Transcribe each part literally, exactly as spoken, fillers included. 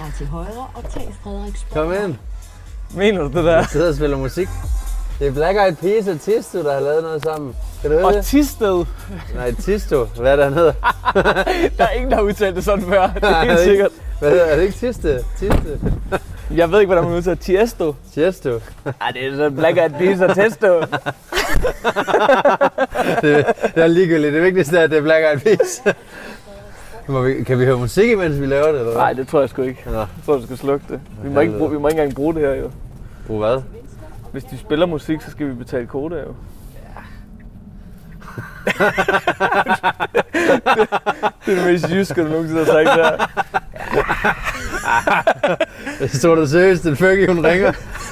Drej til højre og tag Frederiksborg. Kom ind. Mener du det der? Jeg sidder og spiller musik. Det er Black Eyed Peas og Tisto, der har lavet noget sammen. Kan du høre og det? Tisted. Nej, Tisto. Hvad er det, han hedder? Der er ingen, der har udtalt det sådan før. Det er Nej, helt er sikkert. Hvad hedder er det ikke Tiste? Tiste? Jeg ved ikke, hvordan man udtaler Tiesto. Tiesto. Ej, det er sådan Black Eyed Peas og Testo. det, det er ligegyldigt. Det vigtigste er, at det er Black Eyed Peas. Må vi, kan vi høre musik, imens vi laver det? Eller hvad? Nej, det tror jeg sgu ikke. Nå. Jeg tror, du skal slukke det. Vi må, ikke, bruge, vi må ikke engang bruge det her, jo. Brug hvad? Hvis de spiller musik, så skal vi betale kode, jo. det, det er det mest jyske, du nogensinde har sagt der. Jeg tror du seriøst, den Fergie, hun ringer.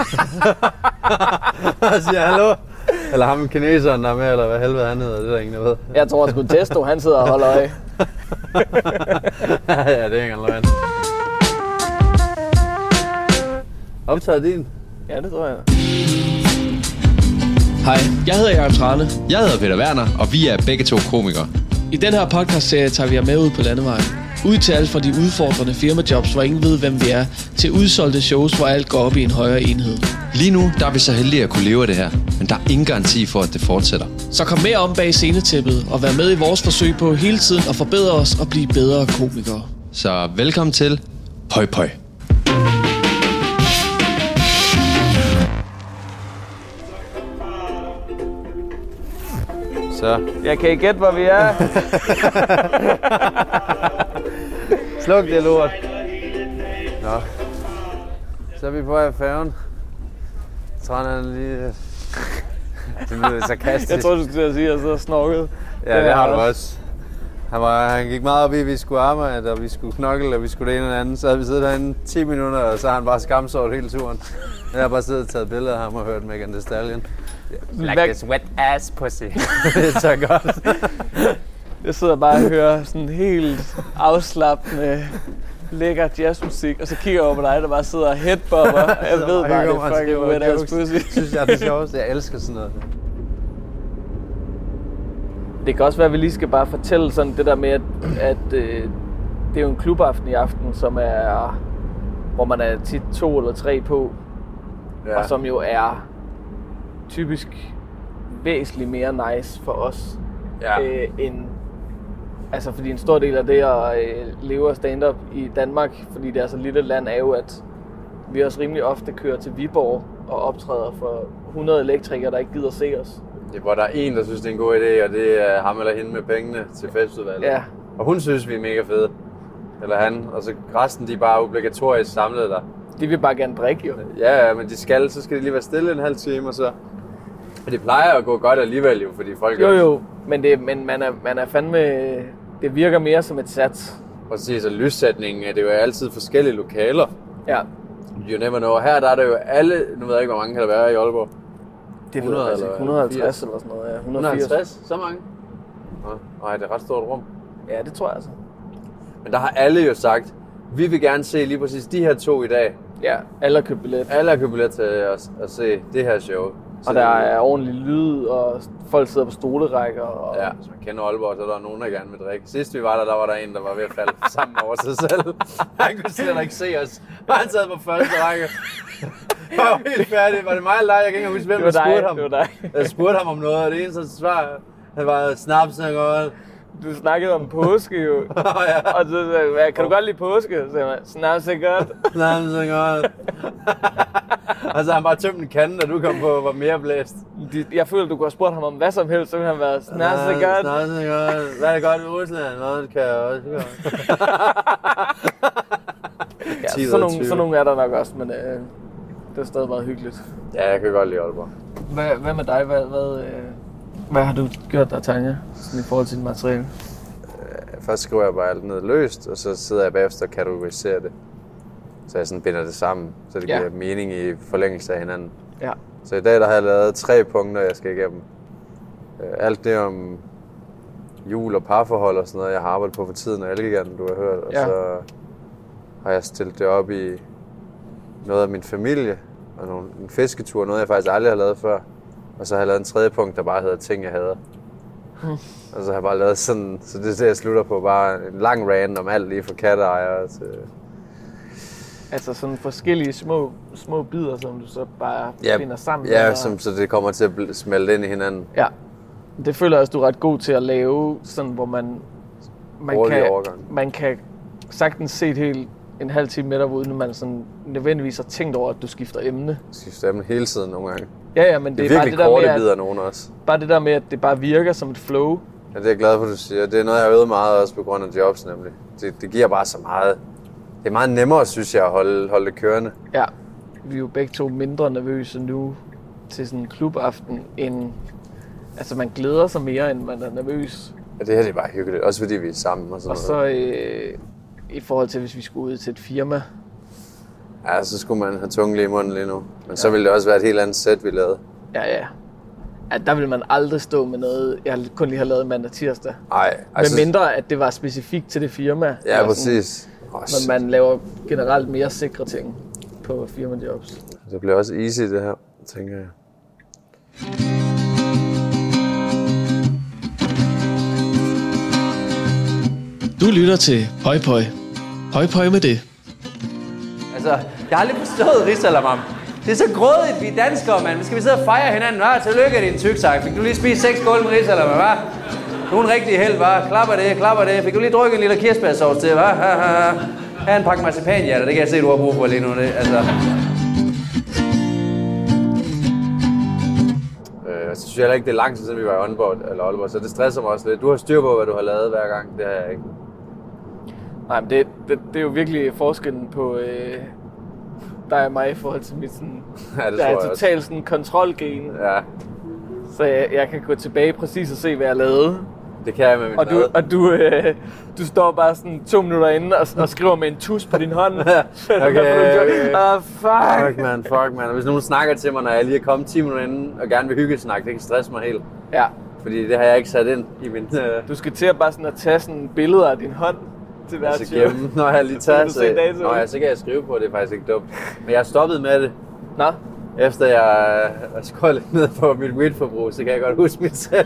Og siger hallo. Eller ham kineseren, der er med, eller hvad helvede han hedder, det er der ingen, der ved. Jeg tror sgu Testo, han sidder og holder øje. Ja, det er ikke engang løgn. Optager din? Ja, det tror jeg. Hej, jeg hedder Jakob Trane. Jeg hedder Peter Werner, og vi er begge to komikere. I den her podcastserie tager vi jer med ud på landevejen. Ud til alt fra de udfordrende firmajobs, hvor ingen ved, hvem vi er, til udsolgte shows, hvor alt går op i en højere enhed. Lige nu der er vi så heldige at kunne leve af det her, men der er ingen garanti for, at det fortsætter. Så kom med om bag scenetæppet og vær med i vores forsøg på hele tiden at forbedre os og blive bedre komikere. Så velkommen til Pøj Pøj. Så. Jeg kan ikke gætte, hvor vi er. Sluk det lort. Nå. Så er vi på af færgen. Træner lige... Det lyder sarkastisk. Jeg tror du skulle sige, at jeg sidder snorket. Ja, det, det har du også. Han, var, han gik meget op i, at vi skulle arbejde, og vi skulle knokle, og vi skulle det ene eller andet. Så havde vi siddet derinde ti minutter, og så har han bare skamsåret hele turen. Jeg har bare siddet og taget billeder af ham og hørt Megan Thee Stallion. Like this wet ass pussy. Det er så godt. Jeg sidder bare og hører sådan helt afslappende, lækker jazzmusik, og så kigger jeg over på dig, der bare sidder og headbobber. Jeg ved bare, det er fucking wet ass pussy. Synes jeg, det er sjovt. Jeg elsker sådan noget. Det kan også være, at vi lige skal bare fortælle sådan det der med, at, at øh, det er jo en klubaften i aften, som er, hvor man er tit to eller tre på, ja. Og som jo er typisk væsentligt mere nice for os, ja. øh, end, altså fordi en stor del af det at øh, leve af stand-up i Danmark, fordi det er så lille et land, er jo, at vi også rimelig ofte kører til Viborg og optræder for hundrede elektrikere, der ikke gider se os. Ja, hvor der er en, der synes, det er en god idé, og det er ham eller hende med pengene til festudvalget. Ja. Og hun synes, vi er mega fede. Eller han. Og så resten, de er bare obligatorisk samlet der. De vil bare gerne drikke, jo. Ja, ja, men de skal, så skal de lige være stille en halv time, og så... Og det plejer at gå godt alligevel, jo, fordi folk... Jo, jo, men, det, men man, er, man er fandme... Det virker mere som et sats. Præcis, og lyssætningen er det jo altid forskellige lokaler. Ja. You never know. Her der er der jo alle... Nu ved jeg ikke, hvor mange kan der være i Aalborg. Det hundrede, altså et hundrede og halvtreds eller sådan noget, ja. et hundrede og firs. et hundrede og halvtreds? Så mange? Nej, det er et ret stort rum. Ja, det tror jeg altså. Men der har alle jo sagt, vi vil gerne se lige præcis de her to i dag. Ja, alle har købt billet. Alle har købt billet til at, at se det her show. Så og der er ordentlig lyd, og folk sidder på stolerækker. Og... Ja, hvis man kender Aalborg, så er der nogen, der gerne vil drikke. Sidst vi var der, der var der en, der var ved at falde sammen over sig selv. Han kunne slet ikke se os. Og han sad på første række. Jeg var helt færdig. Var det mig eller dig? Jeg kan ikke huske, hvem der spurgte ham. Det var dig. Jeg spurgte ham om noget, og det eneste svar, han var snaps og godt. Du snakkede om påske jo. Oh, ja. Og så sagde jeg, kan du godt lide påske? Så sagde jeg, snaps er godt. Snaps er godt. Og så har han bare tømt en kande, da du kom på, var mere blæst. Jeg føler, du kunne have spurgt ham om hvad som helst, så ville han være snaps er godt. Snaps er godt. Hvad er det godt i Rusland? Nå, det kan jeg også godt. Ja, sådan nogle, sådan nogle er der nok også, men øh, det er stadig meget hyggeligt. Ja, jeg kan godt lide Aalborg. Hvad, hvad med dig? Hvad, hvad, øh, hvad har du gjort der, Tanja, sådan i forhold til dit materiale? Først skriver jeg bare alt ned løst, og så sidder jeg bagefter og kategoriserer det. Så jeg sådan binder det sammen, så det giver ja. mening i forlængelse af hinanden. Ja. Så i dag der har jeg lavet tre punkter, jeg skal igennem. Alt det om jul og parforhold og sådan noget, jeg har arbejdet på for tiden, og Elgiganten, du har hørt. Og ja. så har jeg stillet det op i noget af min familie, og nogle, en fisketur, noget jeg faktisk aldrig har lavet før. Og så har jeg lavet en tredje punkt, der bare hedder ting, jeg hader. Hmm. Og så har jeg bare lavet sådan, så det er det, jeg slutter på, bare en lang rant om alt lige fra katteejere til Altså sådan forskellige små, små bidder, som du så bare ja, finder sammen. Ja, som, så det kommer til at smelte ind i hinanden. Ja, det føler jeg også, du er ret god til at lave, sådan hvor man, man, kan, man kan sagtens se et helt en halv time med dig, uden man sådan nødvendigvis har tænkt over, at du skifter emne. Skifter emne hele tiden nogle gange. Ja, ja, men det, det er, er virkelig bare det der korte med, bidder nogen også. Bare det der med, at det bare virker som et flow. Ja, det er jeg glad for, at du siger. Det er noget, jeg har øvet meget også på grund af jobs, nemlig. Det, det giver bare så meget. Det er meget nemmere, synes jeg, at holde, holde det kørende. Ja, vi er jo begge to mindre nervøse nu til sådan en klubaften, end... Altså, man glæder sig mere, end man er nervøs. Ja, det her det er bare hyggeligt. Også fordi vi er sammen og sådan og noget. Og så øh, i forhold til, hvis vi skulle ud til et firma. Ja, så skulle man have tungen lige i munden lige nu. Men ja. Så ville det også være et helt andet sæt, vi lavede. Ja, ja. Ja, der ville man aldrig stå med noget, jeg kun lige har lavet mandag tirsdag. Nej. Altså... Med mindre, at det var specifikt til det firma. Ja, præcis. Oh, men man laver generelt mere sikre ting på firmajobs. Det bliver også easy, det her, tænker jeg. Du lytter til Høj Pøj. Høj Pøj med det. Altså, jeg har aldrig forstået risalamam. Det er så grådigt, vi er danskere, mand. Skal vi sidde og fejre hinanden? Hva? Tillykke, din tyksak. Fik du lige spist seks skål med risalamam, hva'? Du er en rigtig held, hva'? Klapper det, klapper det. Fik du lige drukket en lille kirsebærsovs til, hva'? Ha, ha, ha. Her en pakke marcipanhjerter, det kan jeg se, du har brug for lige nu. Det, altså. Øh, så synes jeg heller ikke, det er lang tid siden, vi var i Aalborg, eller Aalborg, så det stresser mig også lidt. Du har styr på, hvad du har lavet hver gang. Det har jeg ikke. Nej, men det, det, det er jo virkelig forskellen på øh, dig og mig i forhold til mit sådan... Ja, det der tror er jeg totalt også. sådan en kontrolgen. Ja. Så jeg, jeg kan gå tilbage præcis og se, hvad jeg lavede. Det kan jeg med min og du, og du, øh, du står bare sådan to minutter inde og, og skriver med en tus på din hånd. okay, okay. Oh, fuck. Fuck, man, fuck, man. Hvis nogen snakker til mig, når jeg lige er kommet ti minutter inden og gerne vil hyggesnakke, det kan stresse mig helt. Ja. Fordi det har jeg ikke sat ind i min... Øh... Du skal til at bare sådan at tage sådan billeder af din hånd til hver altså gemme, når jeg lige tager så, sig. Nå ja, så kan jeg skrive på, det er faktisk ikke dumt. Men jeg har stoppet med det. Nå? Efter jeg har skålet ned på mit weedforbrug, så kan jeg godt huske mit sæt.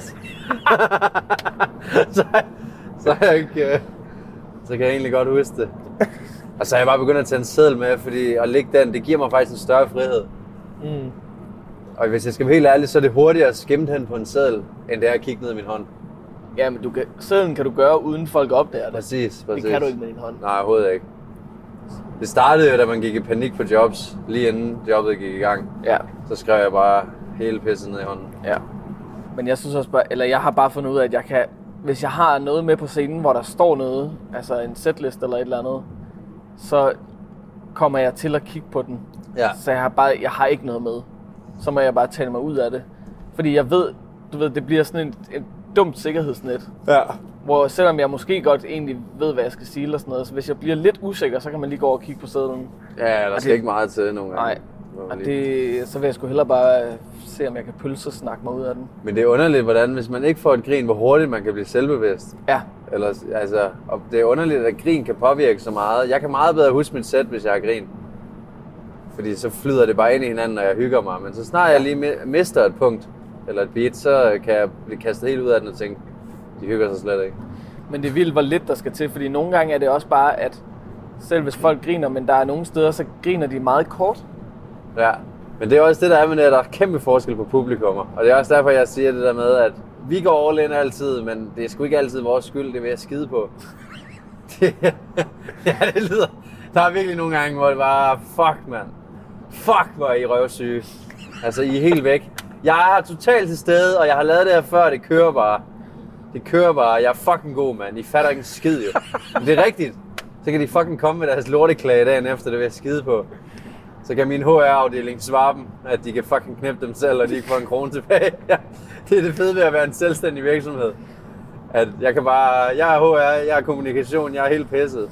så, så, jeg ikke, øh, så kan jeg egentlig godt huske det. Og så har jeg bare begyndt at tage en seddel med, fordi at lægge den, det giver mig faktisk en større frihed. Mm. Og hvis jeg skal være helt ærlig, så er det hurtigere at skimme den på en seddel, end det er at kigge ned i min hånd. Ja, men du kan, sedlen kan du gøre, uden folk opdager det. Præcis, præcis. Det kan du ikke med din hånd. Nej, overhovedet ikke. Det startede jo, da man gik i panik på jobs, lige inden jobbet gik i gang. Ja. Så skrev jeg bare hele pisset ned i hånden. Ja. Men jeg synes også bare, eller jeg har bare fundet ud af, at jeg kan, hvis jeg har noget med på scenen, hvor der står noget, altså en setlist eller et eller andet, så kommer jeg til at kigge på den. Ja. Så jeg har bare, jeg har ikke noget med. Så må jeg bare tale mig ud af det. Fordi jeg ved, du ved, det bliver sådan et, et dumt sikkerhedsnet. Ja. Hvor selvom jeg måske godt egentlig ved, hvad jeg skal sige eller sådan noget, så hvis jeg bliver lidt usikker, så kan man lige gå over og kigge på sedlen. Ja, der skal det, ikke meget til nogle gange. Nej, og det, så vil jeg sgu hellere bare se, om jeg kan pølse og snakke mig ud af den. Men det er underligt, hvordan, hvis man ikke får et grin, hvor hurtigt man kan blive selvbevidst. Ja. Eller, altså, og det er underligt, at grin kan påvirke så meget. Jeg kan meget bedre huske mit sæt, hvis jeg har grin. Fordi så flyder det bare ind i hinanden, når jeg hygger mig. Men så snart jeg lige mister et punkt, eller et beat, så kan jeg blive kastet helt ud af den og tænke, de hygger sig slet ikke. Men det er vildt, hvor lidt der skal til, fordi nogle gange er det også bare, at selv hvis folk griner, men der er nogle steder, så griner de meget kort. Ja, men det er også det, der er med det, at der er kæmpe forskel på publikummer. Og det er også derfor, jeg siger det der med, at vi går all in altid, men det er sgu ikke altid vores skyld, det vil jeg skide på. Det, ja, det lyder... Der er virkelig nogle gange, hvor det bare, fuck mand. Fuck, hvor er I røvsyge. Altså, I er helt væk. Jeg er totalt til stede, og jeg har lavet det her før, det kører bare. Det kører bare, jeg er fucking god, mand. I fatter ikke en skid, jo. Men det er rigtigt. Så kan de fucking komme med deres lorteklage dagen efter, det vil jeg skide på. Så kan min H R-afdeling svare dem, at de kan fucking knæppe dem selv, og de ikke får en krone tilbage. Ja, det er det fede ved at være en selvstændig virksomhed. At jeg kan bare, jeg er H R, jeg er kommunikation, jeg er helt pisset.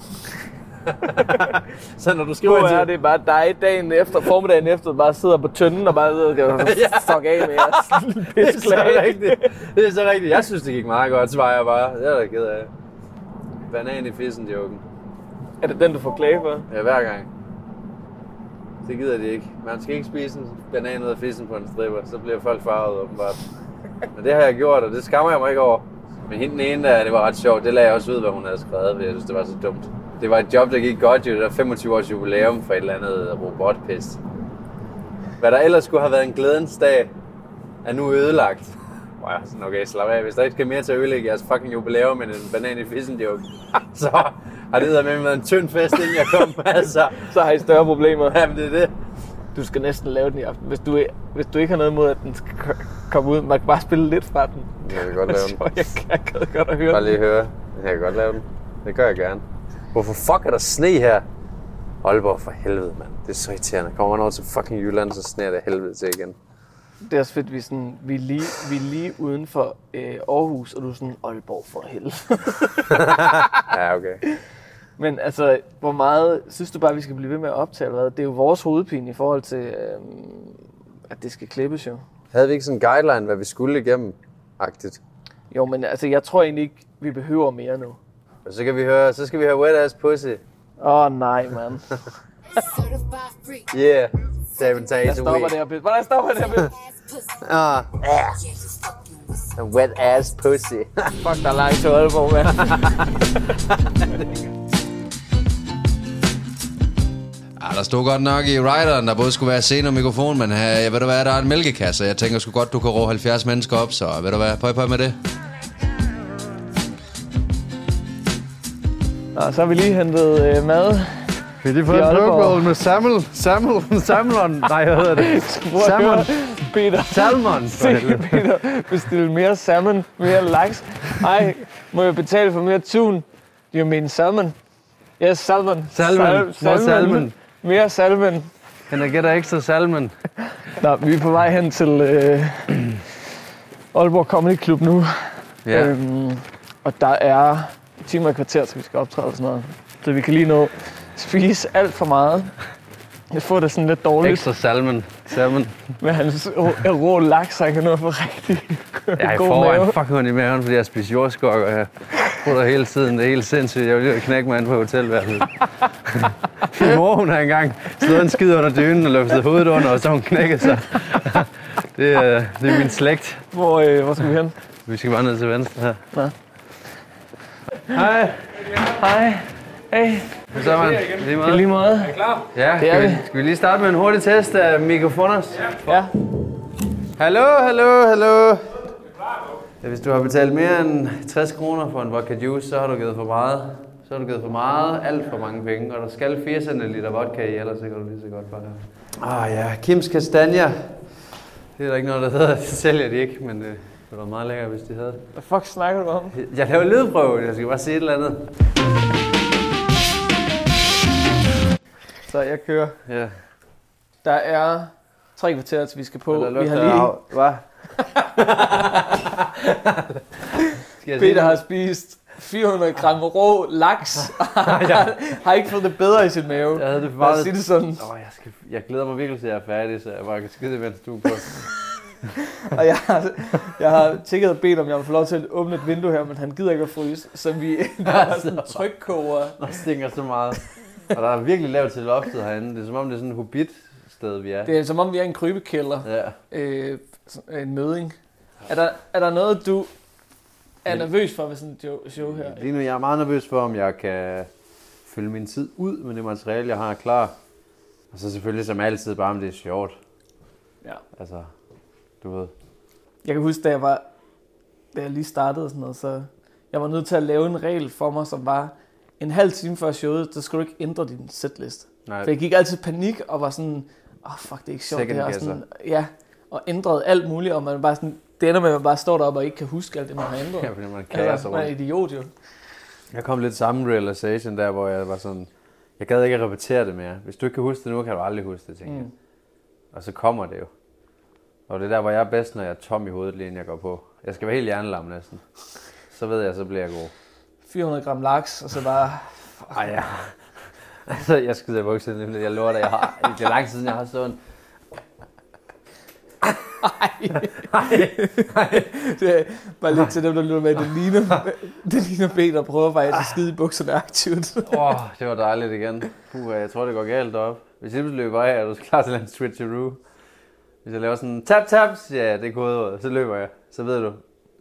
Så når du skriver H R, til... det er bare dig dagen efter, formiddagen efter, bare sidder på tønden og bare sidder og fuck af med jeres pisseklage. Det er så rigtigt. Det er så rigtigt. Jeg synes, det gik meget godt, svarer jeg bare. Det er da ked af. Banan i fissen-joken. Er det den, du får klage for? Ja, hver gang. Det gider de ikke. Man skal ikke spise en banan ud af fissen på en stripper, så bliver folk farvet åbenbart. Men det har jeg gjort, og det skammer jeg mig ikke over. Men hende den ene der, det var ret sjovt. Det lagde jeg også ud, hvad hun havde skrevet, for jeg synes, det var så dumt. det var et job, der gik godt jo. Der er femogtyve års jubilæum for et eller andet robotpist. Hvad der ellers skulle have været en glædens dag, er nu ødelagt. Wow, sådan okay, slap af. Hvis der ikke skal mere til at ødelægge jeres fucking jubilæum end en banan i fissen joke, så har det med været en tynd fest, inden jeg kom. Altså. Så har I større problemer. Jamen, det er det. Du skal næsten lave den i aften. Hvis du, hvis du ikke har noget imod, at den skal komme ud, man kan bare spille lidt fra den. Jeg kan godt lave den. Jeg kan, jeg kan godt at høre bare lige høre. Jeg kan godt lave den. Det gør jeg gerne. Hvorfor fuck er der sne her? Aalborg, for helvede, mand. Det er så irriterende. Kommer man over til fucking Jylland, så sneer det helvede til igen. Det er også fedt, vi er, sådan, vi er, lige, vi er lige uden for øh, Aarhus, og du er sådan, Aalborg for helvede. Ja, okay. Men altså, hvor meget synes du bare, vi skal blive ved med at optage? Eller hvad? Det er jo vores hovedpine i forhold til, øh, at det skal klippes jo. Havde vi ikke sådan en guideline, hvad vi skulle igennem? Agtigt. Jo, men altså, jeg tror egentlig ikke, vi behøver mere nu. Og så kan vi høre, så skal vi høre Wet Ass Pussy. Åh oh, nej, mand. Yeah. Seven days Jeg stopper det her bit. Hvordan stopper det her bit? Ah. A wet ass pussy. Fuck, der er langt til Aalborg, mand. Ja, der stod godt nok i rideren, der både skulle være scene og mikrofon, men jeg ved du hvad, der er en mælkekasse. Jeg tænker sgu godt, du kan råbe halvfjerds mennesker op, så ved du hvad, pøj pøj med det. Nå, så har vi lige hentet øh, mad. Vi har lige fået en rødbowl med salmon. Salmon. Salmon. Nej, hvad hedder det? Salmon. Peter. Salmon. Se, Peter, bestil mere salmon, mere laks. Ej, må jeg betale for mere tun? You mean salmon? Yes, salmon. Salmon. Sal- salmon. salmon. Mere salmon. Kan jeg gætte ekstra salmon? Nå, vi er på vej hen til øh, Aalborg Comedy Club nu. Ja. Øhm, og der er timer og kvarter, så vi skal optræde og sådan noget. Så vi kan lige nå spise alt for meget. Jeg får det sådan lidt dårligt. Ekstra salmon. Salmon. Med hans rå, rå laks, så han kan nå at få rigtig jeg god får mave. en fucking ondt i maven, fordi jeg spiser jordskok, og jeg bruger hele tiden. Det er helt sindssygt. Jeg vil lige knække mig ind på hotelværelset. Min mor, hun har engang slået en skid under dynen og løftet hovedet under, og så hun knækket sig. Det er, det er min slægt. Hvor, øh, hvor skal vi hen? Vi skal bare ned til venstre her. Nå. Hej. Hej. Hey. Hvad så, man? Lige måde. Lige måde. Er I klar? Ja, Det er skal vi. vi. Skal vi lige starte med en hurtig test af mikrofoner? Ja. Hallo, hallo, hallo. Ja, hvis du har betalt mere end tres kroner for en vodka juice, så har du givet for meget. Så har du givet for meget, alt for mange penge. Og der skal fire centiliter vodka i, ellers så kan du lige så godt bare have. Ah ja, Kims Kastanjer. Det er der ikke noget, der hedder. Det sælger de ikke, men det ville være meget lækkert, hvis de havde. Hvad fuck snakker du om? Jeg laver lydprøve, jeg skal bare sige et eller andet. Så jeg kører. Ja. Der er tre kvarter, til vi skal på. Eller Vi har lugter lige... af- Hvad? Skal jeg sige Peter det? har spist fire hundrede gram rå laks, og har ikke fået det bedre i sin mave. Jeg havde det for Lad os meget. sige det sådan. Åh, jeg, skal, jeg glæder mig virkelig til, at jeg er færdig, så jeg bare kan skide, mens du er på. Og jeg har, jeg har tækket og bedt om, jeg vil få lov til at åbne et vindue her, men han gider ikke at fryse, så vi der er sådan en trykkoger. Der stinker så meget. Og der er virkelig lavt til loftet herinde. Det er som om, det er sådan en hobbit-sted, vi er. Det er som om, vi er en krybekælder. Ja. Øh, sådan en møding. Er der, er der noget, du er nervøs for ved sådan et show her? Lige nu jeg er meget nervøs for, om jeg kan fylde min tid ud med det materiale, jeg har klar. Og så selvfølgelig som altid bare, om det er sjovt. Ja. Altså, du ved. Jeg kan huske, da jeg var, da jeg lige startede sådan noget, så jeg var nødt til at lave en regel for mig, som var en halv time før showet, så skulle du ikke ændre din setlist. Nej. For jeg gik altid i panik og var sådan, åh oh, fuck, det er ikke sjovt det her. Og sådan, ja, og ændrede alt muligt, og man bare sådan, det ender med, at man bare står deroppe og ikke kan huske alt det, man har ændret. Ja, fordi man kager altså, sig man er rundt. idiot jo. Jeg kom lidt samme realization der, hvor jeg var sådan, jeg gad ikke at repetere det mere. Hvis du ikke kan huske det nu, kan du aldrig huske det, tænker jeg. Mm. Og så kommer det jo. Og det er der, hvor jeg er bedst, når jeg er tom i hovedet, lige inden jeg går på. Jeg skal være helt hjernelam næsten. Så ved jeg, så bliver jeg god. fire hundrede gram laks, og så bare... Ej ja. Altså, jeg skider i bukserne nemlig. Jeg lover dig, jeg har... Det er lang tid siden, jeg har sådan... Ej, det er bare lidt til dem, der lytter med. Det ligner, det ligner Peter, der prøver faktisk at skide i bukserne aktivt. Åh, oh, det var dejligt igen. Puh, jeg tror, det går galt deroppe. Hvis jeg løber af, er du klar til en switcheroo. Hvis jeg laver sådan tap taps, ja, det er kodeordet, så løber jeg. Så ved du,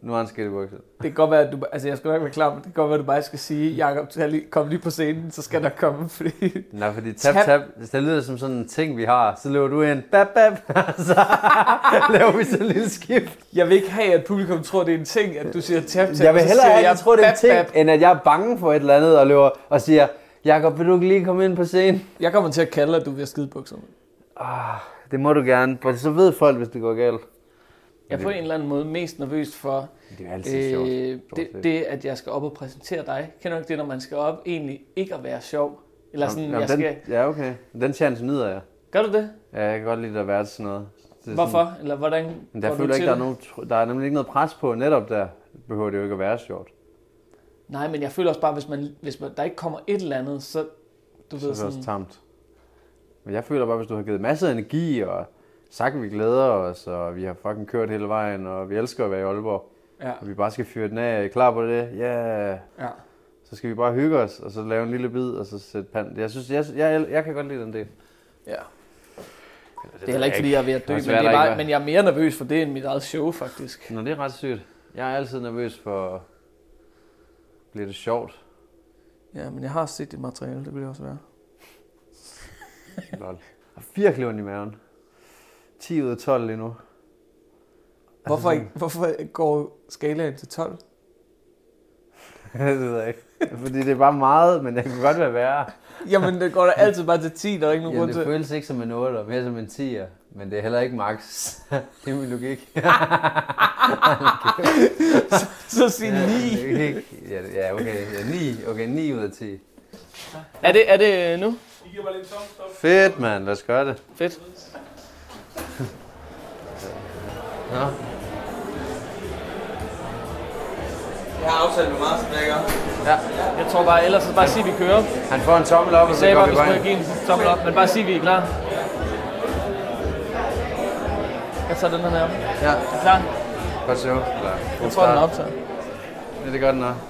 Nu har han skidtebukser. Det kan godt være, at du... Altså, jeg skal nok være klar, men det kan godt være, at du bare skal sige, Jakob, kom lige på scenen, så skal der komme, fordi... Nej, fordi tap, tap, det lyder som sådan en ting, vi har. Så løber du ind, bap, bap, så laver vi sådan en lille skift. Jeg vil ikke have, at publikum tror, det er en ting, at du siger tap, tap. Jeg vil hellere have, at jeg tror, det er en ting, bap. end at jeg er bange for et eller andet og løber og siger, Jakob, vil du ikke lige komme ind på scenen? Jeg kommer til at kalde, at du vil have skidebukser. Ah, det må du gerne, for så ved folk, hvis det går galt. Jeg er på en eller anden måde mest nervøs for det, er altid sjovt, øh, det, det, at jeg skal op og præsentere dig. Kender du ikke det, når man skal op egentlig ikke at være sjov? Eller sådan, jamen, jeg den, skal... Ja, okay. Den chance nyder jeg. Gør du det? Ja, jeg kan godt lide at være til sådan noget. Det Hvorfor? Sådan, eller hvordan men der føler ikke, der er, nogen, der er nemlig ikke noget pres på netop der. Behøver det jo ikke at være sjovt. Nej, men jeg føler også bare, hvis, man, hvis man, der ikke kommer et eller andet, så... Du så ved, er det også tamt. Men jeg føler bare, hvis du har givet masser af energi, og sagt, vi glæder os, og vi har fucking kørt hele vejen, og vi elsker at være i Aalborg, ja. Og vi bare skal fyre den af, er I klar på det? Ja. Yeah. Ja. Så skal vi bare hygge os, og så lave en lille bid, og så sætte pand. Jeg synes, jeg, jeg, jeg kan godt lide den del. Ja. Det er heller ikke, fordi jeg er ved at dø, men, det er bare, men jeg er mere nervøs for det, end mit eget show, faktisk. Nå, det er ret sygt. Jeg er altid nervøs for, bliver det sjovt? Ja, men jeg har set dit materiale, det vil det også være. Lol. Jeg har virkelig ondt i maven. ti ud af tolv lige nu. Hvorfor, altså, hvorfor går skalaen til tolv? Det ved jeg ikke. Fordi det er bare meget, men det kan godt være værre. Jamen, det går da altid bare til ti, der er ikke nogen grund til. til. Det føles ikke som en otte, mere som en tier. Men det er heller ikke max. Det er min logik. så, så sig ni. Ja, ja, okay. Ja, ni. Okay, ni ud af ti. Er det, er det nu? Fedt, mand. Lad os gøre det. Fedt. Nå. Jeg har aftalt med Martin, hvad jeg gør. Ja. Jeg tror bare, ellers så bare sige, at vi kører. Han får en tommel op, og så går vi bare ind. Give en tommel op, men bare sige, at vi er klar. Jeg tager den her her. Ja. Er du klar? Godt show. Jeg tror, den er optaget. Ja, det gør den også.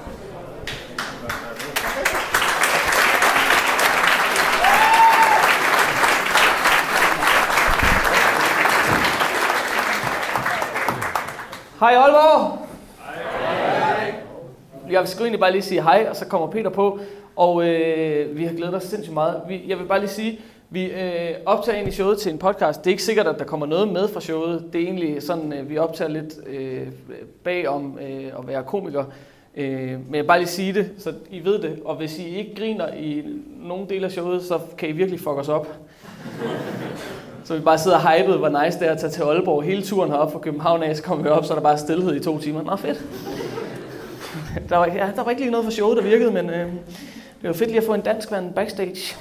Hej Aalborg! Hej! Jeg skal egentlig bare lige sige hej, og så kommer Peter på. Og øh, vi har glædet os sindssygt meget. Vi, jeg vil bare lige sige, vi øh, optager egentlig showet til en podcast. Det er ikke sikkert, at der kommer noget med fra showet. Det er egentlig sådan, øh, vi optager lidt øh, bag om øh, at være komiker. Øh, men jeg vil bare lige sige det, så I ved det. Og hvis I ikke griner i nogen del af showet, så kan I virkelig fuck os op. Så vi bare sidder og hypede, hvor nice det er at tage til Aalborg. Hele turen herop fra København af, så kommer vi op, så er der bare stillhed i to timer. Nå, fedt. Der var, ja, der var ikke lige noget for showet, der virkede, men øh, det var fedt lige at få en dansk vand backstage.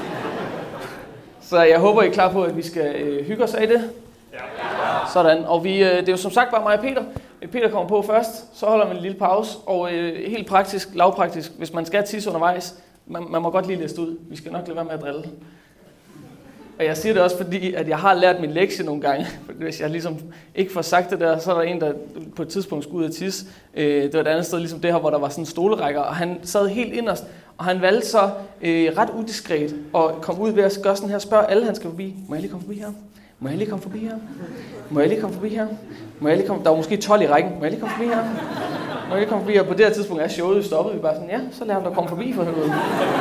Så jeg håber, I er klar på, at vi skal øh, hygge os af det. Ja. Sådan, og vi, øh, det er jo som sagt bare mig og Peter. Peter kommer på først, så holder vi en lille pause, og øh, helt praktisk, lavpraktisk, hvis man skal tisse undervejs, man, man må godt lige læse ud. Vi skal nok lade være med at drille. Og jeg siger det også, fordi at jeg har lært min lektie nogle gange. Hvis jeg ligesom ikke får sagt det der, så er der en, der på et tidspunkt skulle ud og tisse. Det var et andet sted, ligesom det her, hvor der var sådan en stolerækker, og han sad helt inderst. Og han valgte så øh, ret udiskret at komme ud ved at gøre sådan her, spørge alle, han skal forbi. Må jeg lige komme forbi her? Må jeg lige komme forbi her? Må jeg lige komme forbi her? Må jeg lige komme... Der var måske tolv i rækken. Må jeg lige komme forbi her? Må jeg lige komme forbi her? På det her tidspunkt er showet stoppet. Vi bare sådan, ja, så lad ham da komme forbi for helvede.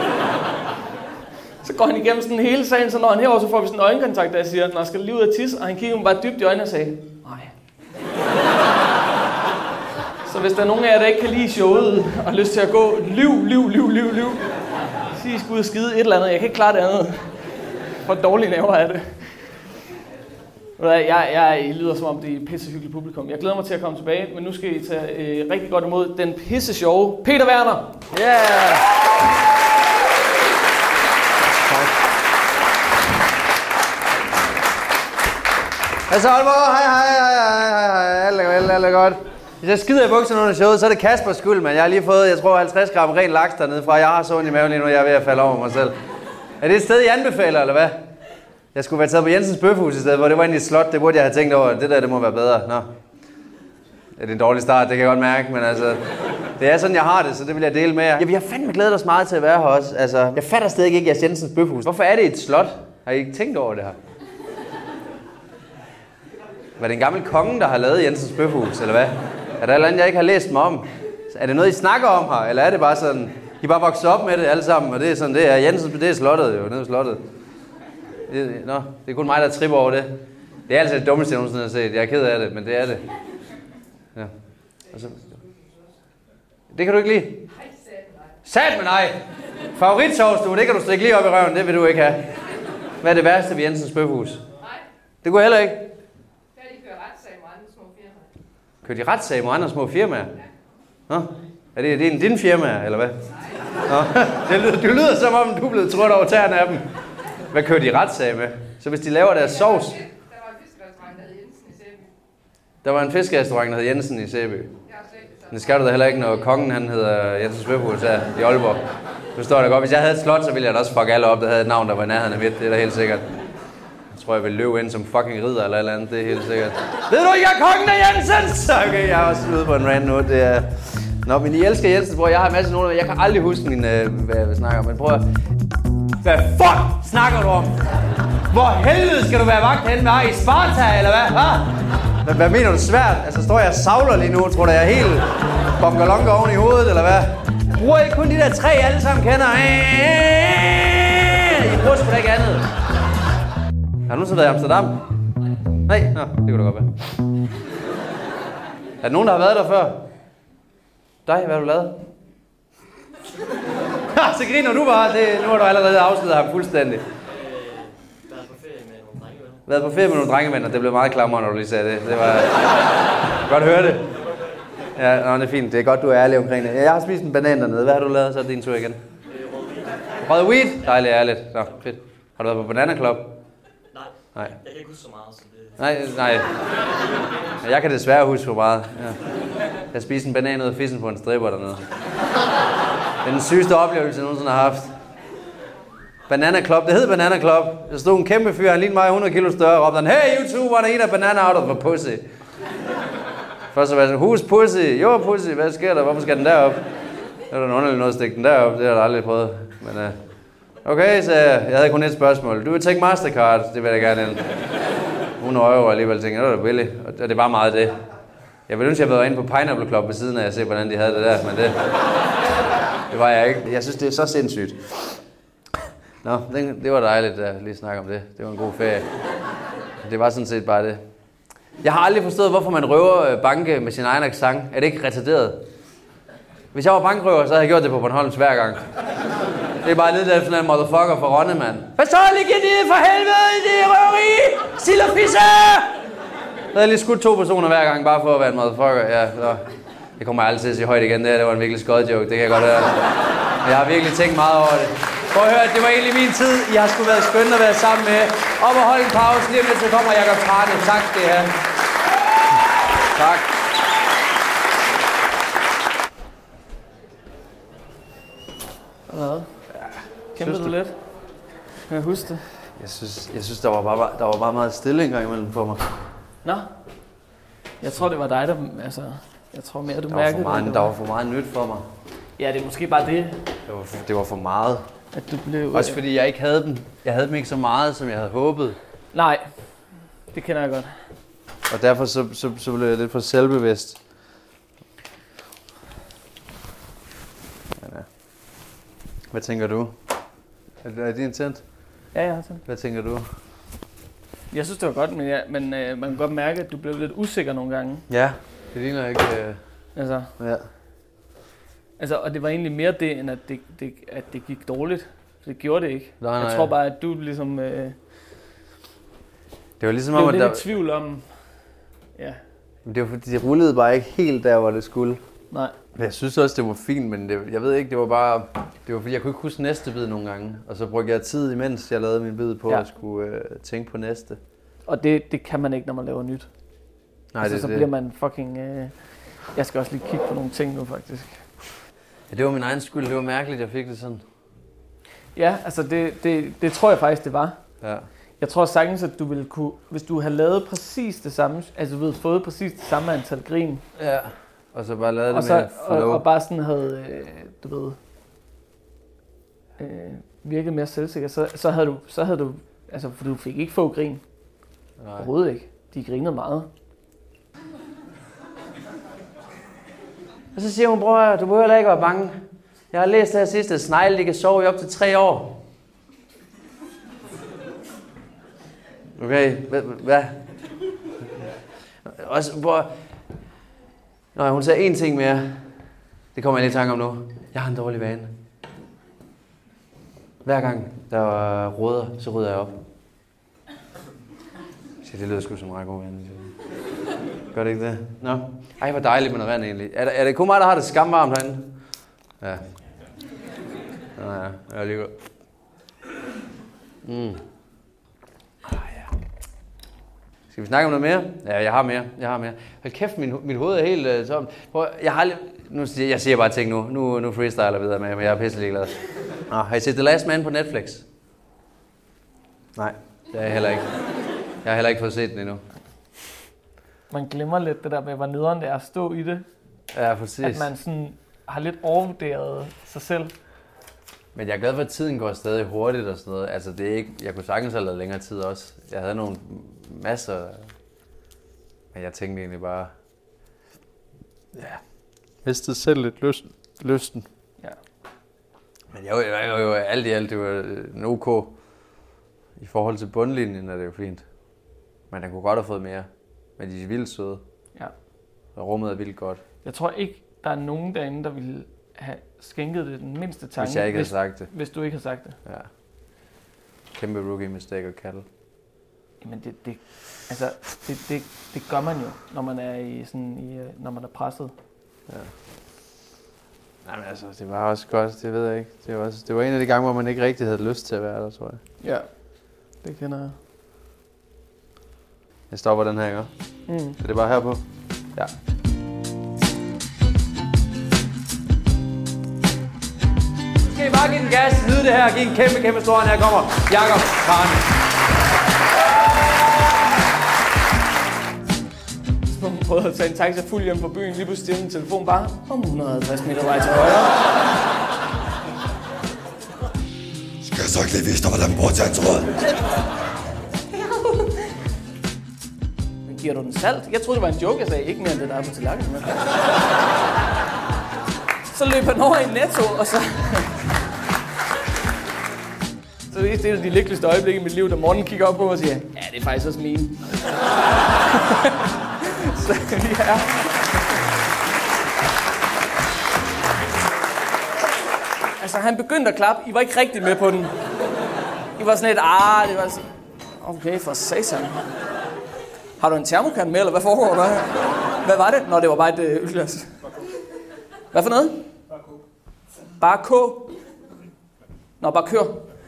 Så går han igennem sådan hele sagen, så når han herover, så får vi sådan en øjenkontakt, der jeg siger, når skal lige ud og tisse, og han kigger mig bare dybt i øjnene og sagde, nej. Så hvis der er nogen af jer, der ikke kan lide showet, og har lyst til at gå, lyv, lyv, lyv, lyv, lyv, så I skal ud og skide et eller andet, jeg kan ikke klare det andet. For dårlige næver er det. Jeg, jeg, I lyder som om, det er et pissehyggeligt publikum. Jeg glæder mig til at komme tilbage, men nu skal I tage øh, rigtig godt imod den pisse sjove Peter Werner. Yeah! Altså Aalborg, hej hej hej hej hej, alt er godt, alt er godt. Hvis jeg skider i bukserne under showet, så er det Kaspers skyld, man. Jeg har lige fået, jeg tror, halvtreds gram ren laks dernede fra. Jeg har så ondt i maven lige nu, jeg er ved at falde over mig selv. Er det et sted, I anbefaler, eller hvad? Jeg skulle være taget på Jensens Bøfhus i stedet, hvor det var egentlig et slot. Det burde jeg have tænkt over. Det der, det må være bedre. Nå. Det er en dårlig start, det kan jeg godt mærke, men altså... Det er sådan, jeg har det, så det vil jeg dele med jer. Ja, vi har fandme glædet os meget til at være her også. Altså, jeg fatter stadig ikke jeres Jensens Bøfhus. Hvorfor er det et slot? Har I ikke tænkt over det her? Var det en gammel konge, der har lavet Jensens Bøfhus, eller hvad? Er der et eller andet, jeg ikke har læst mig om? Er det noget, I snakker om her? Eller er det bare sådan, I bare vokset op med det alle sammen? Og det er sådan, det er Jensen, det er slottet jo, nede i slottet. Det, nå, det er kun mig, der tripper over det. Det er altså det dummeste, jeg nogensinde har set. Jeg er ked af det, men det er det. Ja. Og så... Det kan du ikke lide? Sat med nej! Favoritsovs, du, det kan du stikke lige op i røven, det vil du ikke have. Hvad er det værste ved Jensens Bøfhus? Nej. Det kunne jeg heller ikke. Der de kører retssag mod andre små firmaer. Kører de retssag mod andre små firmaer? Ja. Nå, er det, det er din firma, eller hvad? Nå, det lyder, det lyder som om, du er blevet trådt over tæerne af dem. Hvad kører de retssag med? Så hvis de laver deres sovs... Der var en fiskerestaurant, der hed Jensen i Sæby. Der var en fiskerestaurant, der hed Jensen i Sæby. Det skal du da heller ikke, når kongen han hedder Jensens Bøfhus her i Aalborg. Du står der godt. Hvis jeg havde et slot, så ville jeg da også fuck alle op, der havde et navn, der var i nærheden af midt. Det er da helt sikkert. Jeg tror, jeg ville løbe ind som fucking ridder eller et eller andet. Det er helt sikkert. Ved du, jeg er kongen af Jensens! Okay, jeg er også ude på en rand nu. Det er... Nå, men I elsker Jensens, bror. Jeg har en masse nogen, jeg kan aldrig huske min, øh, hvad jeg snakker om. Men prøv at... Hvad fuck snakker du om? Hvor helvede skal du være vagt henne med i Sparta, eller hvad? Hva? Hvad, hvad mener du svært? Altså, står jeg og savler lige nu? Tror du, jeg er helt bongalonga oven i hovedet, eller hvad? Bruger I kun de der tre, alle sammen kender? I bruger sgu da ikke andet. Har du nogensinde været i Amsterdam? Nej? Nå, det kunne da godt være. Er der nogen, der har været der før? Dig, hvad har du lavet? Så griner du bare. Det, nu har du allerede afsløret ham fuldstændig. Været på ferie med nogle drengevenner. Været på ferie med nogle drengevenner. Det blev meget klammer, når du lige sagde det. Det var... godt høre det. Ja, nå, det er fint. Det er godt, du er ærlig omkring det. Jeg har spist en banan dernede. Hvad har du lavet? Så er det din tur igen. Rød weed? Dejligt, ærligt. Nå, fedt. Har du været på Banana Club? Nej. Nej. Jeg kan ikke huske så meget, så det... Nej, nej. Jeg kan desværre huske for meget. Ja. Jeg spiste en banan ud af fissen på en stripper dernede. Det er den sygeste oplevelse, jeg nogensinde har haft. Banana Club, det hed Banana Club. Der stod en kæmpe fyr, han lignede mig hundrede kilo større, og råbte han, hey you two, wanna eat a banana out of a pussy? Først så var jeg sådan, who's pussy? Jo, pussy, hvad sker der? Hvorfor skal den derop? Det var da en underlig noget at stikke den derop, det har jeg aldrig prøvet. Men, uh... okay, så jeg havde kun et spørgsmål. Du vil take Mastercard, det vil jeg gerne ind. hundrede euro alligevel, tænkte jeg, det var da billigt. Og det var meget det. Jeg ville ønske, at jeg havde været inde på Pineapple Club ved siden af, at se, hvordan de havde det der, men det, det var jeg ikke. Jeg synes, det er så sindssygt. Nå, det, det var dejligt at lige snakke om det. Det var en god ferie. Det var sådan set bare det. Jeg har aldrig forstået, hvorfor man røver banke med sin egen accent. Er det ikke retarderet? Hvis jeg var bankrøver, så havde jeg gjort det på Bornholms hver gang. Det er bare lidt af sådan en motherfucker fra Rønne, mand. Hvad så ligger det for helvede i det røveri? Sild og pisse! Så havde jeg lige skudt to personer hver gang, bare for at være en motherfucker. Ja, så. Det kommer jeg aldrig til at sige højt igen. Det her, det var en virkelig skød joke, det kan jeg godt høre. Jeg har virkelig tænkt meget over det. Prøv at høre, det var egentlig min tid. I har sgu været skønt at være sammen med. Op og holde en pause. Lige om lidt, så kommer Jakob Trane. Tak skal I have. Tak. Hvad? Kæmpede du lidt? Kan jeg huske det? Jeg synes, jeg synes der, var bare, der var bare meget stille engang imellem for mig. Nå. Jeg tror, det var dig, der... Altså, jeg tror mere, du der mærkede var meget, det. Der var for meget nyt for mig. Ja, det er måske bare det. Det var for, det var for meget. At du blev... Også fordi jeg ikke havde dem. Jeg havde dem ikke så meget, som jeg havde håbet. Nej, det kender jeg godt. Og derfor så, så, så blev jeg lidt for selvbevidst. Ja. Hvad tænker du? Er det din tændt? Ja, jeg har tændt. Hvad tænker du? Jeg synes, det var godt, men, jeg, men øh, man kan godt mærke, at du blev lidt usikker nogle gange. Ja, det ligner ikke... Øh... Altså, ja. altså, og det var egentlig mere det, end at det, det, at det gik dårligt. Det gjorde det ikke. Nej, nej. Jeg tror bare, at du ligesom... Øh, det var ligesom om, at lidt der... i tvivl om... Ja. Men det var fordi, det rullede bare ikke helt der, hvor det skulle. Nej. Men jeg synes også, det var fint, men det, jeg ved ikke, det var bare... Det var fordi, jeg kunne ikke huske næste bid nogle gange. Og så brugte jeg tid, imens jeg lavede min bid på ja. at skulle øh, tænke på næste. Og det, det kan man ikke, når man laver nyt. Nej, altså, det, så det. bliver man fucking... Øh, jeg skal også lige kigge på nogle ting nu, faktisk. Ja, det var min egen skyld. Det var mærkeligt, jeg fik det sådan. Ja, altså det, det, det tror jeg faktisk, det var. Ja. Jeg tror sagtens, at du ville kunne... Hvis du havde lavet præcis det samme... Altså, du havde fået præcis det samme antal grin. Ja. Og så bare lavet og det så, med flow. Og, og bare sådan havde... Øh, du ved... Øh, virket mere selvsikker. Så, så havde du... Så havde du altså, for du fik ikke få grin. Nej. Overhovedet ikke. De grinede meget. Og så siger hun, bror, du behøver ikke være bange. Jeg har læst her sidst, at snegle, de kan sove i op til tre år. Okay, hvad? Også, bror... Nå, hun sagde én ting mere. Det kommer jeg lige i tanke om nu. Jeg har en dårlig vane. Hver gang der var råder, så rydder jeg op. Så det lyder sgu som en ret god vane. Gør det ikke det? Nå. Ej, hvor dejligt med rent egentlig. Er, der, er det kun mig, der har det skamvarmt herinde? Ja. Nå ja, jeg er lige godt. Mm. Ah, ja. Skal vi snakke om noget mere? Ja, jeg har mere. Jeg har mere. Hold kæft, min, mit hoved er helt uh, tomt. Prøv, jeg har nu siger jeg siger bare ting nu. Nu, nu freestyler videre med, men jeg er pisselig glad. Nå, har I set The Last Man på Netflix? Nej, det er jeg heller ikke. Jeg har heller ikke fået set den endnu. Man glemmer lidt det der med, hvor nederen det er at stå i det. Ja, præcis. At man sådan har lidt overvurderet sig selv. Men jeg er glad for, at tiden går stadig hurtigt og sådan noget. Altså, det er ikke... Jeg kunne sagtens have lavet længere tid også. Jeg havde nogle masser... Men jeg tænkte egentlig bare... Ja... Mistede selv lidt lysten. lysten. Ja. Men jo, jo, jo, alt i alt, det var en OK. I forhold til bundlinjen er det jo fint. Men den kunne godt have fået mere. Men de er vildt søde. Ja. Og rummet er vildt godt. Jeg tror ikke, der er nogen derinde, der ville have skænket det den mindste tanke. Hvis jeg ikke hvis, havde sagt det. Hvis du ikke havde sagt det. Ja. Kæmpe rookie mistake at kalde. Jamen det, det, altså, det, det, det gør man jo, når man er i sådan i, når man er presset. Ja. Nej, men altså, det var også godt, det ved jeg ikke. Det var, også, det var en af de gange, hvor man ikke rigtig havde lyst til at være der, tror jeg. Ja, det kender jeg. Jeg stopper den her, ikke? Mm. Så det er bare herpå? Ja. Skal I bare give den gas, nyde det her, give en kæmpe, kæmpe stor hånd. Her kommer Jakob Karne. Jeg prøvede at tage en taxa fuld hjem på byen, lige pludselig stille en telefon bare om et hundrede og halvtreds meter vej til højre. Skal jeg så ikke lige vise dig, hvordan man bruger tandtråd? Men giver du den salt? Jeg troede, det var en joke, jeg sagde ikke mere end det, der er på tallerkenen. Så løb han over i Netto, og så... Så det er et af de lykkeligste øjeblikke i mit liv, da morgenen kigger op på mig og siger, ja, det er faktisk også mine. Så ja. Altså, han begyndte at klappe. I var ikke rigtig med på den. I var sådan lidt, ah, det var sådan... Okay, for satan. Har du en termokan med, eller hvad foregår der? Hvad var det? Nå, det var bare et øh, ølglas. Hvad for noget? Bare K. Nå, bare kør.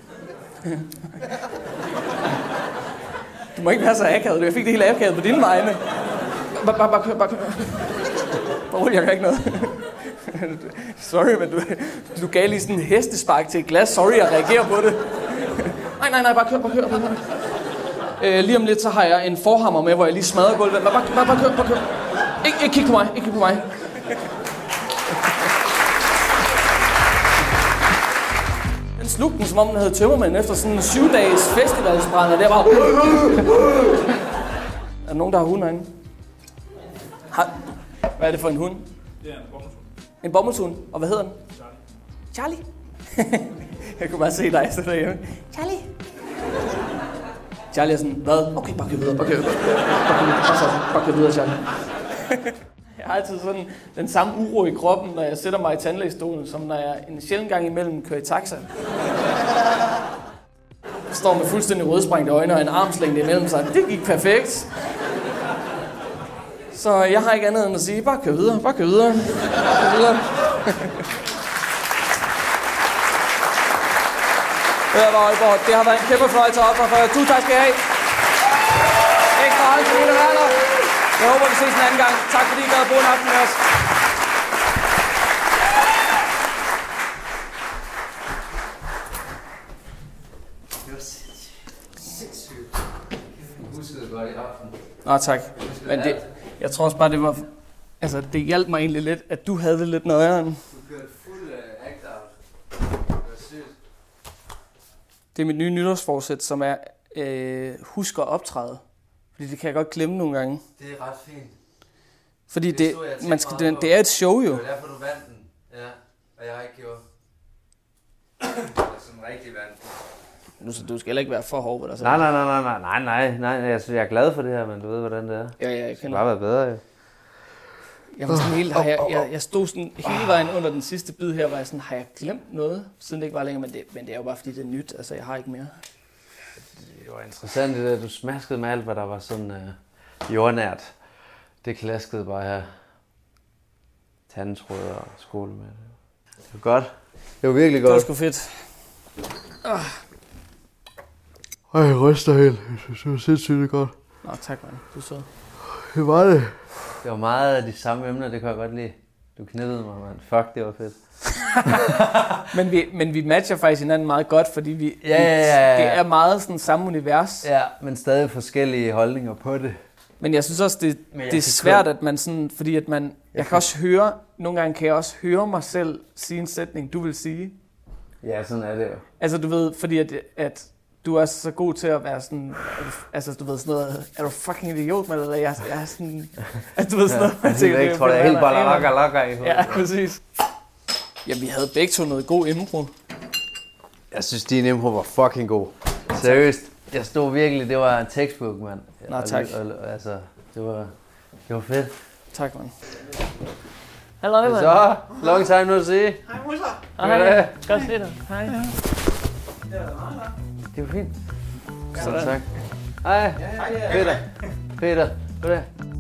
Du må ikke være så akavet. Jeg fik det hele akavet på dine vegne. Bare, bare, bare kør, bare kør. Bare rolig, jeg kan ikke noget. Sorry, men du, du gav lige sådan en hestespark til et glas. Sorry, jeg reagerer på det. Nej, nej, nej, bare kør, bare kør. Bare kør. Øh, lige om lidt, så har jeg en forhammer med, hvor jeg lige smadrer gulvet. Bare, bare, bare, bare kør, bare kør. Ik- ikke kig på mig, ikke kig på mig. Den slugte den, som om den havde tømmermænd efter sådan en syv-dages festivalsbrand, og der var... Er der nogen, der har hund herinde? Har... Hvad er det for en hund? Det er en bomuldshund. En bomuldshund? Og hvad hedder den? Charlie. Charlie? Jeg kunne bare se dig så derhjemme. Charlie. Charlie er sådan, hvad? Okay, bare kør videre, bare kør videre. Bare kør videre, bare kør videre, Charlie. Jeg har altid sådan den samme uro i kroppen, når jeg sætter mig i tandlægestolen, som når jeg en sjældent gang imellem kører i taxa. Jeg står med fuldstændig rødsprængte øjne og en armslængde imellem sig. Det gik perfekt. Så jeg har ikke andet end at sige, bare kør videre, bare kør videre. Bare kør videre. Det har været en kæmpe fornøjelse at opføre for jer. Tusind tak skal I have. Ekstra hold til hele verden. Jeg håber, vi ses en anden gang. Tak fordi I gad at bruge en aften med os. Nå, tak. Men det, jeg tror også bare, det var... Altså, det hjalp mig egentlig lidt, at du havde det lidt nøjeren. Du kørte fuld uh, act-out. Det var sygt. Det er mit nye nytårsforsæt, som er øh, husk at optræde. Fordi det kan jeg godt glemme nogle gange. Det er ret fint. Fordi det, det, man skal, det, det er et show jo. Det er derfor, du vandt den. Ja, og jeg har ikke gjort. Det er sådan rigtig vandt. Nu, du skal heller ikke være for hård ved dig selv. Nej, nej, nej, nej, nej, nej, nej, jeg, jeg er glad for det her, men du ved, hvordan det er. Ja, ja, jeg det skal bare være bedre, jo. Jeg var sådan helt, jeg, jeg, jeg stod sådan hele vejen under den sidste bid her, var jeg sådan, har jeg glemt noget, siden det ikke var længere, men det, men det er jo bare fordi, det er nyt, altså jeg har ikke mere. Det var interessant det der, du smaskede med alt, hvad der var sådan uh, jordnært. Det klaskede bare her. Tandtråd og skole med det. Det var godt. Det var virkelig godt. Det var sgu fedt. Ah. Ej, jeg ryster helt. Jeg synes, det var sindssygt godt. Nå, tak, man. Du så. Det var det. Det var meget af de samme emner, det kan jeg godt lide. Du knippede mig, mand. Fuck, det var fedt. men, vi, men vi matcher faktisk hinanden meget godt, fordi vi, ja, ja, ja, ja. det er meget sådan samme univers. Ja, men stadig forskellige holdninger på det. Men jeg synes også, det, det er svært, at man sådan, fordi at man, jeg kan også høre, nogle gange kan jeg også høre mig selv sige en sætning, du vil sige. Ja, sådan er det jo. Altså du ved, fordi at, at du er så god til at være sådan, altså du ved sådan noget, er du fucking idiot med det der? Jeg, jeg er sådan, altså du ved sådan noget. Ja, jeg, jeg, jeg tror, det er helt bare lakker, lakker i hovedet. Ja, præcis. Ja, vi havde begge to noget god impro. Jeg synes, din impro var fucking god. Seriøst, jeg stod virkelig, det var en textbook, mand. Nå, tak. Og, altså, det var, det var fedt. Tak, mand. Hallo, mand. Så, long time no see. Hej, Musa. Hej, godt se dig. Hej. Det var fint. Sådan. Tak. Hej. Peter. Peter. Goddag.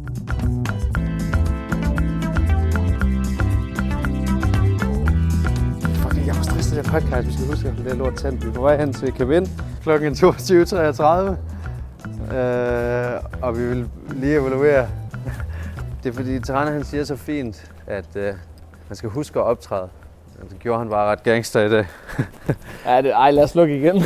Fuck, jeg var stresset af podcast. Vi skal huske, at det er lort tændt. Vi er på vej hen til Kevin klokken toogtyve treogtredive. Øh, og vi vil lige evaluere. Det er fordi, Tarana han siger så fint, at øh, man skal huske at optræde. Det gjorde han bare ret gangster i dag. Ja, det, ej, lad os lukke igen.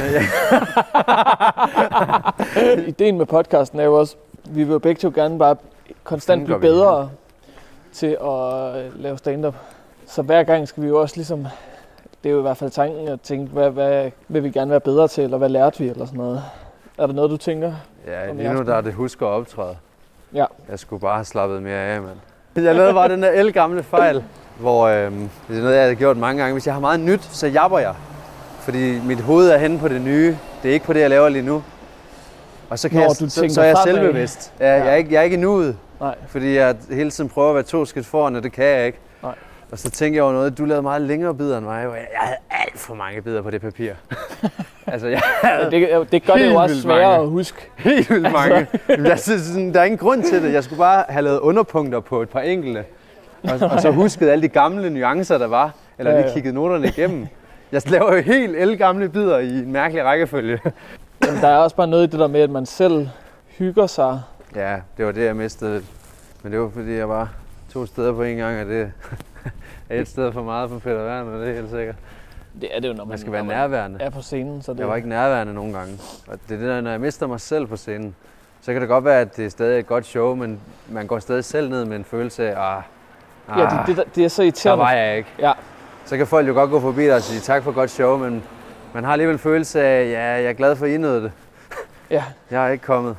Ideen med podcasten er jo også, vi vil jo begge to gerne bare konstant blive bedre til at lave stand-up. Så hver gang skal vi jo også ligesom, det er jo i hvert fald tanken at tænke, hvad, hvad vil vi gerne være bedre til, eller hvad lærte vi, eller sådan noget. Er der noget, du tænker? Ja, lige nu der er det husk at optræde. Ja. Jeg skulle bare have slappet mere af, mand. Jeg lavede bare den der elgamle fejl, hvor øh, det er noget, jeg har gjort mange gange. Hvis jeg har meget nyt, så japper jeg. Fordi mit hoved er henne på det nye. Det er ikke på det, jeg laver lige nu. Og så, kan Nå, jeg, så, så er jeg selvbevidst. Ja, ja. Jeg, er ikke, jeg er ikke i nuet. Nej. Fordi jeg hele tiden prøver at være to skridt foran, og det kan jeg ikke. Nej. Og så tænker jeg over noget, du lavede meget længere bidder end mig. Jeg havde alt for mange bidder på det papir. altså, jeg ja, det, det gør det jo også sværere mange. At huske. Helt vildt mange. Altså. Der, sådan, der er ingen grund til det. Jeg skulle bare have lavet underpunkter på et par enkelte. Og, og så husket alle de gamle nuancer, der var. Eller lige kigget noterne igennem. Jeg laver jo helt ældgamle bidder i en mærkelig rækkefølge. Jamen, der er også bare noget i det der med, at man selv hygger sig. Ja, det var det, jeg mistede. Men det var fordi, jeg var to steder på en gang, og det er et sted for meget for Peter Werner, det er helt sikkert. Det er det jo, når man, man skal være nærværende. Er på scenen. Så det... Jeg var ikke nærværende nogen gange. Og det er det der, når jeg mister mig selv på scenen, så kan det godt være, at det er stadig et godt show, men man går stadig selv ned med en følelse af, ah, ah, ja, det, det, det er så irriterende. Der var jeg ikke. Ja. Så kan folk jo godt gå forbi dig og sige tak for et godt show, men man har alligevel en følelse af, ja, jeg er glad for, at I nåede det. Ja. Jeg er ikke kommet.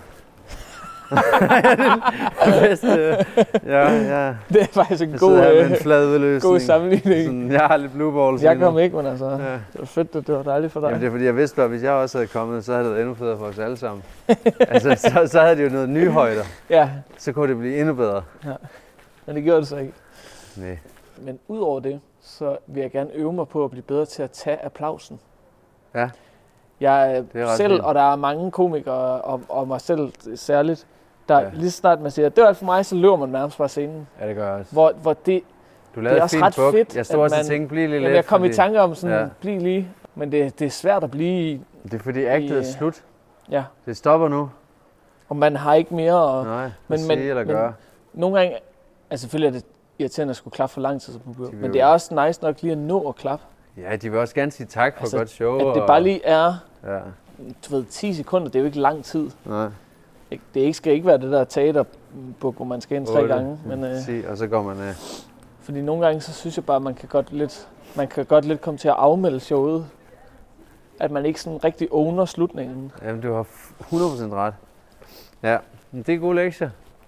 det bedste. Ja, ja. Det er faktisk en jeg god, med en flad udløsning. God sammenligning. Sådan, jeg har lidt blue balls. Jeg kom ikke, men altså, ja. Det var fedt, det var dejligt for dig. Jamen, det er fordi, jeg vidste, at hvis jeg også havde kommet, så havde det været endnu federe for os alle sammen. altså, så, så havde det jo noget nye højder. Ja. Så kunne det blive endnu bedre. Ja. Men det gjorde det så ikke. Nej. Men udover det, så vil jeg gerne øve mig på at blive bedre til at tage applausen. Ja. Jeg selv, fint. Og der er mange komikere, og, og mig selv særligt, der ja. Lige snart man siger, det var alt for mig, så løber man nærmest fra scenen. Ja, det gør jeg også. Hvor, hvor det, du lavede det er også ret book. fedt, jeg stod også og tænkte, bliv lige lidt. Jeg kom fordi... i tanke om sådan, ja. bliv lige, men det, det er svært at blive i. Det er fordi actet er slut. Ja. Det stopper nu. Og man har ikke mere at... Nej, men, men, eller men, gøre. Nogle gange, altså selvfølgelig er det irriterende at skulle klappe for lang tid som publikum, men det er også nice nok lige at nå at klappe. Ja, de vil også gerne sige tak for altså, godt show. At det bare lige er, ja. du ved, ti sekunder, det er jo ikke lang tid. Nej. Det ikke, skal ikke være det der teaterbuk, hvor man skal ind tre gange. Men, øh, sig, og så går man af. Fordi nogle gange, så synes jeg bare, at man kan godt lidt, man kan godt lidt komme til at afmelde showet. At man ikke sådan rigtig owner slutningen. Jamen, du har hundrede procent ret. Ja, men det er gode lektier.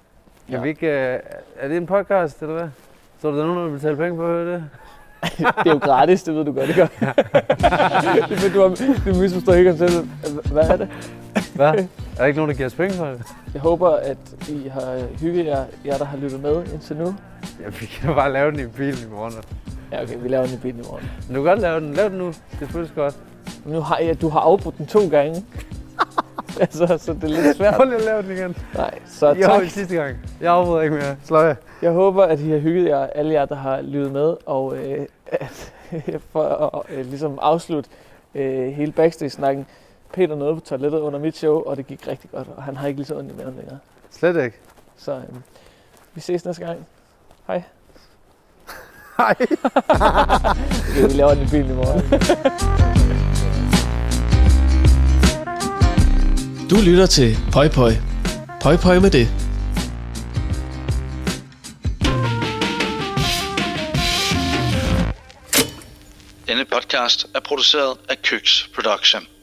Kan ja. vi ikke... Uh, er det en podcast, eller hvad? Så er der nogen, der vil betale penge på at høre det? Det er jo gratis, det ved du godt, det gør. det ved du om, det misforstår ikke om selv. Hvad er det? Hvad? Er der ikke nogen, der giver os penge for det? Jeg håber, at I har hygget jer, jer der har lyttet med indtil nu. Ja, vi kan bare lave den i bilen i morgen. Ja, okay, vi laver den i bilen i morgen. Men du kan godt lave den. Lav den nu. Det føles godt. Men nu har jeg, du har afbrudt den to gange. altså, så det er lidt svært. Prøv lige at lave den igen. Nej, så jeg tak. Jeg sidste gang. Jeg afbryder ikke mere. Slå af. Jeg håber, at I har hygget jer, alle jer, der har lyttet med. Og øh, for at øh, ligesom afslutte øh, hele backstage-snakken. Peter nåede på toilettet under mit show, og det gik rigtig godt. Og han har ikke lige så ondt i maven længere. Slet ikke. Så øh, vi ses næste gang. Hej. Hej. Okay, vi laver den i bilen i morgen. Du lytter til Pøj Pøj. Pøj Pøj med det. Denne podcast er produceret af Køks Production.